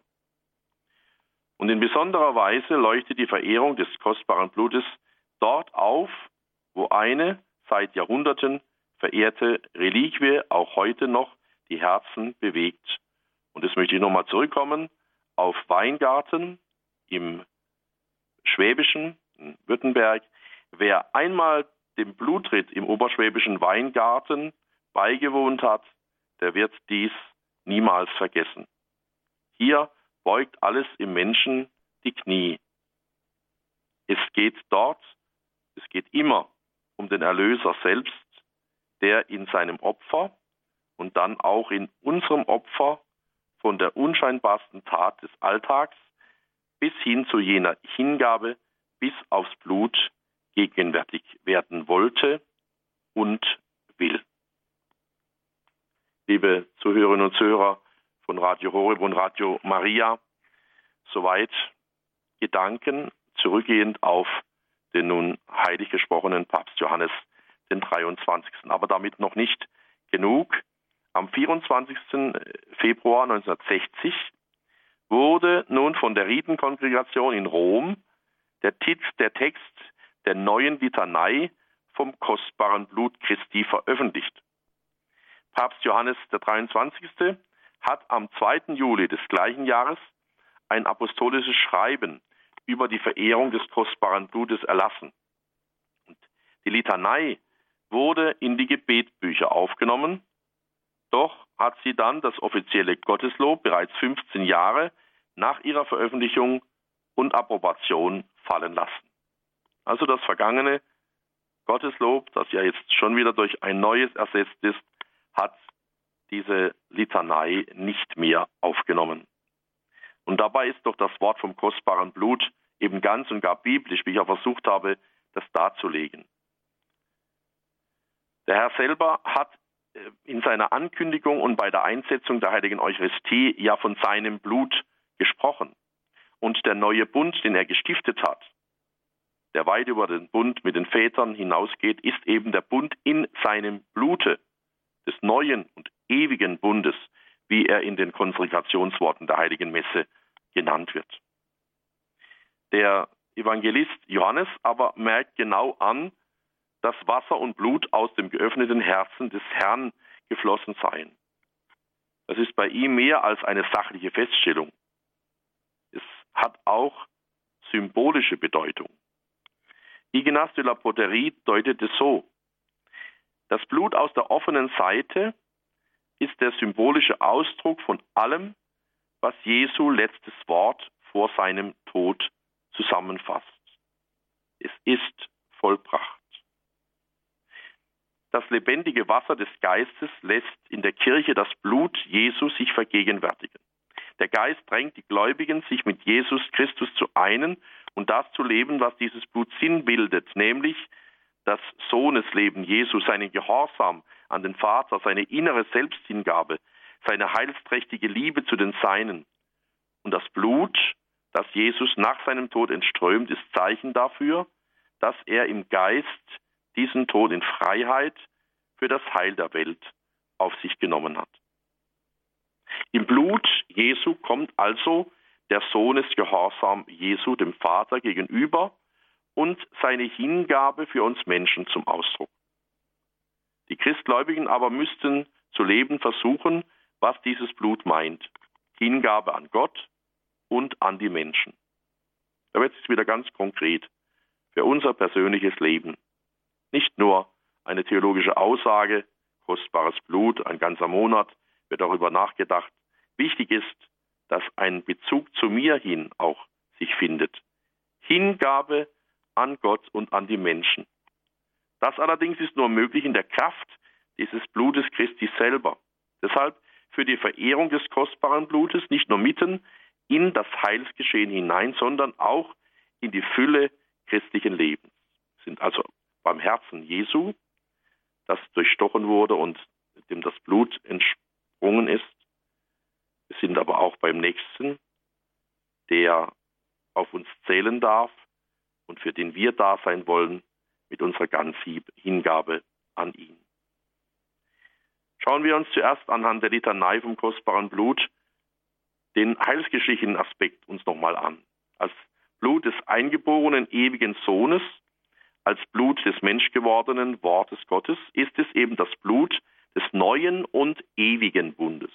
Und in besonderer Weise leuchtet die Verehrung des kostbaren Blutes dort auf, wo eine seit Jahrhunderten verehrte Reliquie auch heute noch die Herzen bewegt. Und das möchte ich nochmal zurückkommen auf Weingarten im Schwäbischen, in Württemberg. Wer einmal dem Blutritt im oberschwäbischen Weingarten beigewohnt hat, der wird dies niemals vergessen. Hier beugt alles im Menschen die Knie. Es geht immer um den Erlöser selbst, der in seinem Opfer und dann auch in unserem Opfer von der unscheinbarsten Tat des Alltags bis hin zu jener Hingabe bis aufs Blut gegenwärtig werden wollte und will. Liebe Zuhörerinnen und Zuhörer von Radio Horeb und Radio Maria, soweit Gedanken zurückgehend auf den nun heilig gesprochenen Papst Johannes den 23. Aber damit noch nicht genug. Am 24. Februar 1960 wurde nun von der Ritenkongregation in Rom der Text der neuen Litanei vom kostbaren Blut Christi veröffentlicht. Papst Johannes der 23. hat am 2. Juli des gleichen Jahres ein apostolisches Schreiben über die Verehrung des kostbaren Blutes erlassen. Und die Litanei wurde in die Gebetbücher aufgenommen, doch hat sie dann das offizielle Gotteslob bereits 15 Jahre nach ihrer Veröffentlichung und Approbation fallen lassen. Also das vergangene Gotteslob, das ja jetzt schon wieder durch ein neues ersetzt ist, hat diese Litanei nicht mehr aufgenommen. Und dabei ist doch das Wort vom kostbaren Blut eben ganz und gar biblisch, wie ich auch versucht habe, das darzulegen. Der Herr selber hat in seiner Ankündigung und bei der Einsetzung der heiligen Eucharistie ja von seinem Blut gesprochen. Und der neue Bund, den er gestiftet hat, der weit über den Bund mit den Vätern hinausgeht, ist eben der Bund in seinem Blute, des neuen und ewigen Bundes, wie er in den Konsekrationsworten der Heiligen Messe genannt wird. Der Evangelist Johannes aber merkt genau an, dass Wasser und Blut aus dem geöffneten Herzen des Herrn geflossen seien. Das ist bei ihm mehr als eine sachliche Feststellung. Es hat auch symbolische Bedeutung. Ignaz de la Poterie deutet es so: Das Blut aus der offenen Seite ist der symbolische Ausdruck von allem, was Jesu letztes Wort vor seinem Tod zusammenfasst. Es ist vollbracht. Das lebendige Wasser des Geistes lässt in der Kirche das Blut Jesu sich vergegenwärtigen. Der Geist drängt die Gläubigen, sich mit Jesus Christus zu einen und das zu leben, was dieses Blut sinnbildet, nämlich das Sohnesleben Jesu, seinen Gehorsam an den Vater, seine innere Selbsthingabe, seine heilsträchtige Liebe zu den Seinen. Und das Blut, das Jesus nach seinem Tod entströmt, ist Zeichen dafür, dass er im Geist diesen Tod in Freiheit für das Heil der Welt auf sich genommen hat. Im Blut Jesu kommt also der Sohnesgehorsam Jesu dem Vater gegenüber und seine Hingabe für uns Menschen zum Ausdruck. Die Christgläubigen aber müssten zu leben versuchen, was dieses Blut meint. Hingabe an Gott und an die Menschen. Da wird es wieder ganz konkret für unser persönliches Leben. Nicht nur eine theologische Aussage, kostbares Blut, ein ganzer Monat, wird darüber nachgedacht. Wichtig ist, dass ein Bezug zu mir hin auch sich findet. Hingabe an Gott und an die Menschen. Das allerdings ist nur möglich in der Kraft dieses Blutes Christi selber. Deshalb für die Verehrung des kostbaren Blutes nicht nur mitten in das Heilsgeschehen hinein, sondern auch in die Fülle christlichen Lebens. Wir sind also beim Herzen Jesu, das durchstochen wurde und dem das Blut entsprungen ist. Wir sind aber auch beim Nächsten, der auf uns zählen darf und für den wir da sein wollen mit unserer ganzen Hingabe an ihn. Schauen wir uns zuerst anhand der Litanei vom kostbaren Blut den heilsgeschichtlichen Aspekt uns nochmal an. Als Blut des eingeborenen ewigen Sohnes, als Blut des menschgewordenen Wortes Gottes, ist es eben das Blut des neuen und ewigen Bundes.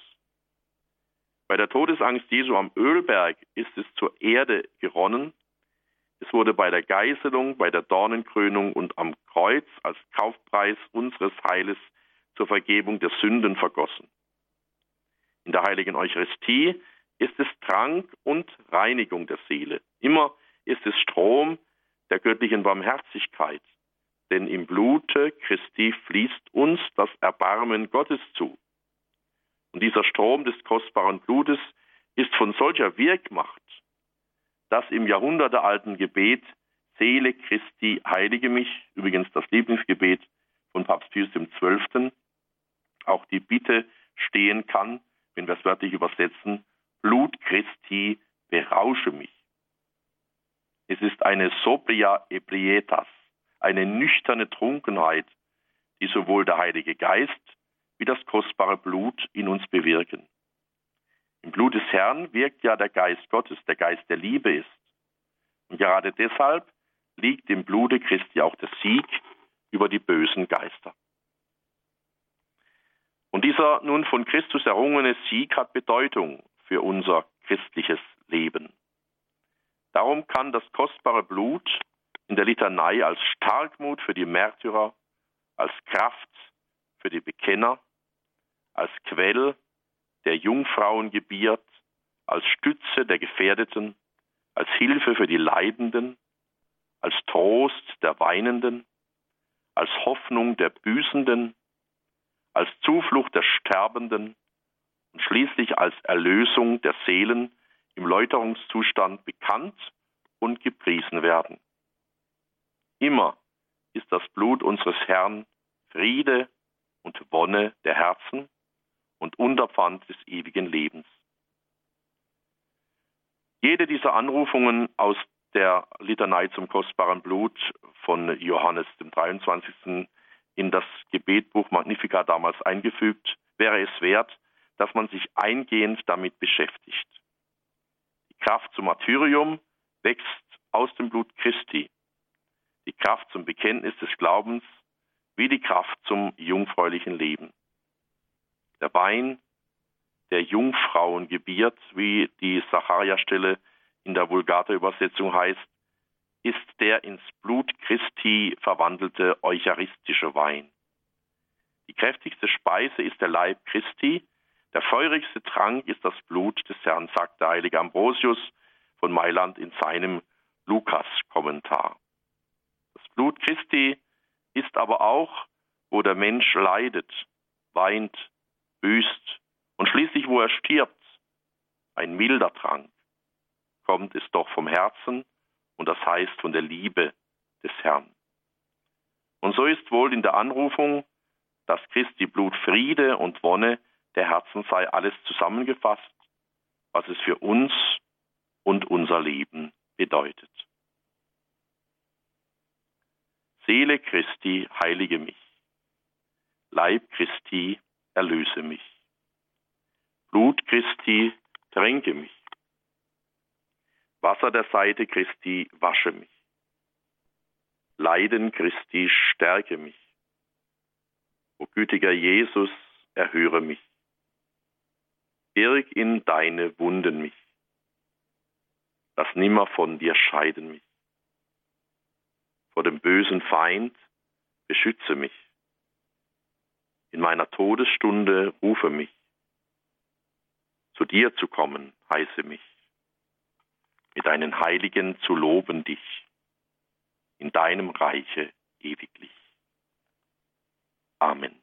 Bei der Todesangst Jesu am Ölberg ist es zur Erde geronnen. Es wurde bei der Geißelung, bei der Dornenkrönung und am Kreuz als Kaufpreis unseres Heiles zur Vergebung der Sünden vergossen. In der heiligen Eucharistie ist es Trank und Reinigung der Seele. Immer ist es Strom der göttlichen Barmherzigkeit, denn im Blute Christi fließt uns das Erbarmen Gottes zu. Und dieser Strom des kostbaren Blutes ist von solcher Wirkmacht, dass im jahrhundertealten Gebet Seele Christi, heilige mich, übrigens das Lieblingsgebet von Papst Pius XII., auch die Bitte stehen kann, wenn wir es wörtlich übersetzen, Blut Christi, berausche mich. Es ist eine sobria ebrietas, eine nüchterne Trunkenheit, die sowohl der Heilige Geist wie das kostbare Blut in uns bewirken. Im Blut des Herrn wirkt ja der Geist Gottes, der Geist der Liebe ist. Und gerade deshalb liegt im Blute Christi auch der Sieg über die bösen Geister. Und dieser nun von Christus errungene Sieg hat Bedeutung für unser christliches Leben. Darum kann das kostbare Blut in der Litanei als Starkmut für die Märtyrer, als Kraft für die Bekenner, als Quell der Jungfrauen gebiert, als Stütze der Gefährdeten, als Hilfe für die Leidenden, als Trost der Weinenden, als Hoffnung der Büßenden, als Zuflucht der Sterbenden und schließlich als Erlösung der Seelen im Läuterungszustand bekannt und gepriesen werden. Immer ist das Blut unseres Herrn Friede und Wonne der Herzen und Unterpfand des ewigen Lebens. Jede dieser Anrufungen aus der Litanei zum kostbaren Blut von Johannes dem 23. in das Gebetbuch Magnificat damals eingefügt, wäre es wert, dass man sich eingehend damit beschäftigt. Die Kraft zum Martyrium wächst aus dem Blut Christi. Die Kraft zum Bekenntnis des Glaubens wie die Kraft zum jungfräulichen Leben. Der Wein, der Jungfrauen gebiert, wie die Sacharja-Stelle in der Vulgata-Übersetzung heißt, ist der ins Blut Christi verwandelte eucharistische Wein. Die kräftigste Speise ist der Leib Christi, der feurigste Trank ist das Blut des Herrn, sagt der heilige Ambrosius von Mailand in seinem Lukas-Kommentar. Das Blut Christi ist aber auch, wo der Mensch leidet, weint, büßt und schließlich, wo er stirbt, ein milder Trank. Kommt es doch vom Herzen und das heißt von der Liebe des Herrn. Und so ist wohl in der Anrufung, dass Christi Blut Friede und Wonne der Herzen sei, alles zusammengefasst, was es für uns und unser Leben bedeutet. Seele Christi, heilige mich. Leib Christi, erlöse mich. Blut Christi, tränke mich. Wasser der Seite Christi, wasche mich. Leiden Christi, stärke mich. O gütiger Jesus, erhöre mich. Birg in deine Wunden mich. Lass nimmer von dir scheiden mich. Vor dem bösen Feind beschütze mich. In meiner Todesstunde rufe mich. Zu dir zu kommen, heiße mich. Mit deinen Heiligen zu loben dich. In deinem Reiche ewiglich. Amen.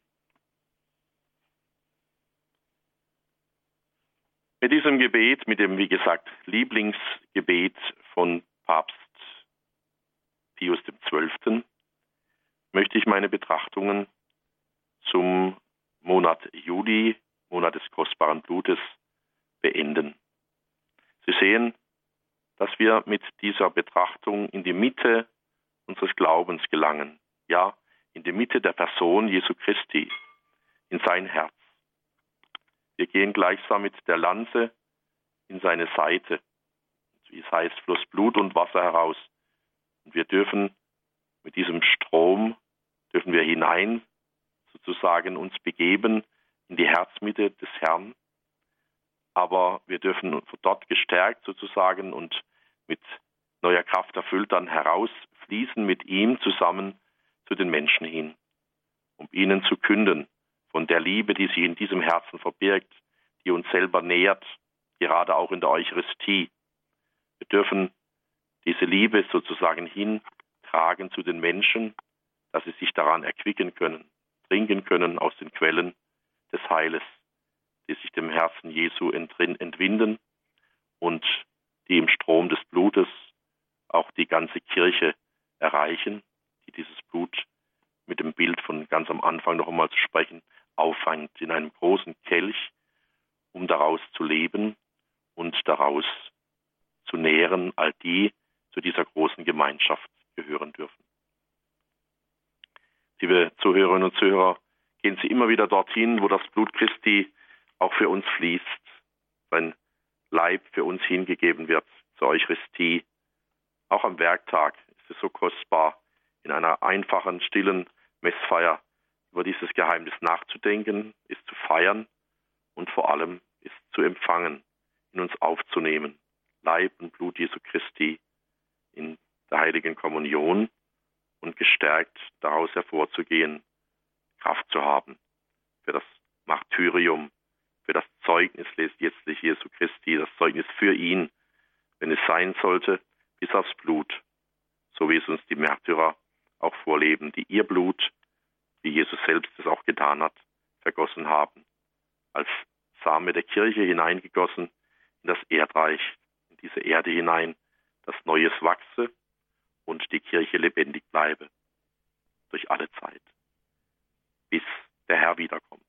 Mit diesem Gebet, mit dem, wie gesagt, Lieblingsgebet von Papst Pius XII., möchte ich meine Betrachtungen zum Monat Juli, Monat des kostbaren Blutes, beenden. Sie sehen, dass wir mit dieser Betrachtung in die Mitte unseres Glaubens gelangen, ja, in die Mitte der Person Jesu Christi, in sein Herz. Wir gehen gleichsam mit der Lanze in seine Seite. Wie es heißt, floss Blut und Wasser heraus. Und wir dürfen mit diesem Strom, dürfen wir hinein, sozusagen uns begeben in die Herzmitte des Herrn. Aber wir dürfen dort gestärkt sozusagen und mit neuer Kraft erfüllt dann herausfließen mit ihm zusammen zu den Menschen hin, um ihnen zu künden von der Liebe, die sich in diesem Herzen verbirgt, die uns selber nährt, gerade auch in der Eucharistie. Wir dürfen diese Liebe sozusagen hintragen zu den Menschen, dass sie sich daran erquicken können, trinken können aus den Quellen des Heiles, die sich dem Herzen Jesu entwinden und die im Strom des Blutes auch die ganze Kirche erreichen, die dieses Blut mit dem Bild von ganz am Anfang noch einmal zu sprechen, auffängt in einem großen Kelch, um daraus zu leben und daraus zu nähren, all die zu dieser großen Gemeinschaft gehören dürfen. Liebe Zuhörerinnen und Zuhörer, gehen Sie immer wieder dorthin, wo das Blut Christi auch für uns fließt, sein Leib für uns hingegeben wird, zur Eucharistie. Auch am Werktag ist es so kostbar, in einer einfachen, stillen Messfeier über dieses Geheimnis nachzudenken, es zu feiern und vor allem es zu empfangen, in uns aufzunehmen. Leib und Blut Jesu Christi in der Heiligen Kommunion und gestärkt daraus hervorzugehen, Kraft zu haben für das Martyrium, für das Zeugnis letztlich Jesu Christi, das Zeugnis für ihn, wenn es sein sollte, bis aufs Blut, so wie es uns die Märtyrer auch vorleben, die ihr Blut, wie Jesus selbst es auch getan hat, vergossen haben, als Same der Kirche hineingegossen in das Erdreich, in diese Erde hinein, dass Neues wachse und die Kirche lebendig bleibe, durch alle Zeit, bis der Herr wiederkommt.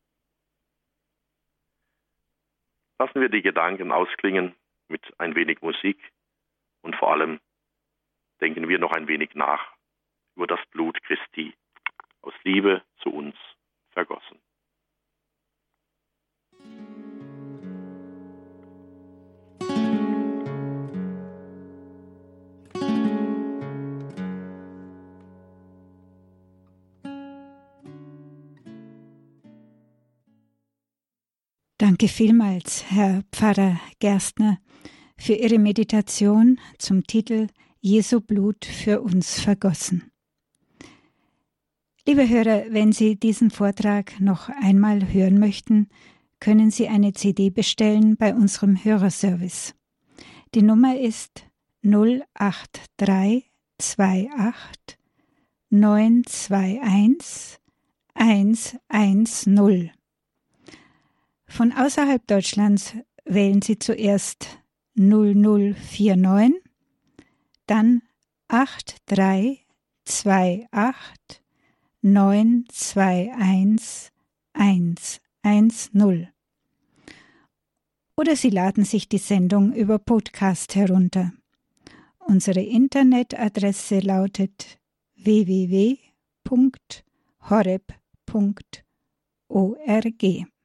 Lassen wir die Gedanken ausklingen mit ein wenig Musik und vor allem denken wir noch ein wenig nach über das Blut Christi, aus Liebe zu uns vergossen. Danke vielmals, Herr Pfarrer Gerstner, für Ihre Meditation zum Titel Jesu Blut für uns vergossen. Liebe Hörer, wenn Sie diesen Vortrag noch einmal hören möchten, können Sie eine CD bestellen bei unserem Hörerservice. Die Nummer ist 08328 921 110. Von außerhalb Deutschlands wählen Sie zuerst 0049, dann 8328 921 110. Oder Sie laden sich die Sendung über Podcast herunter. Unsere Internetadresse lautet www.horeb.org.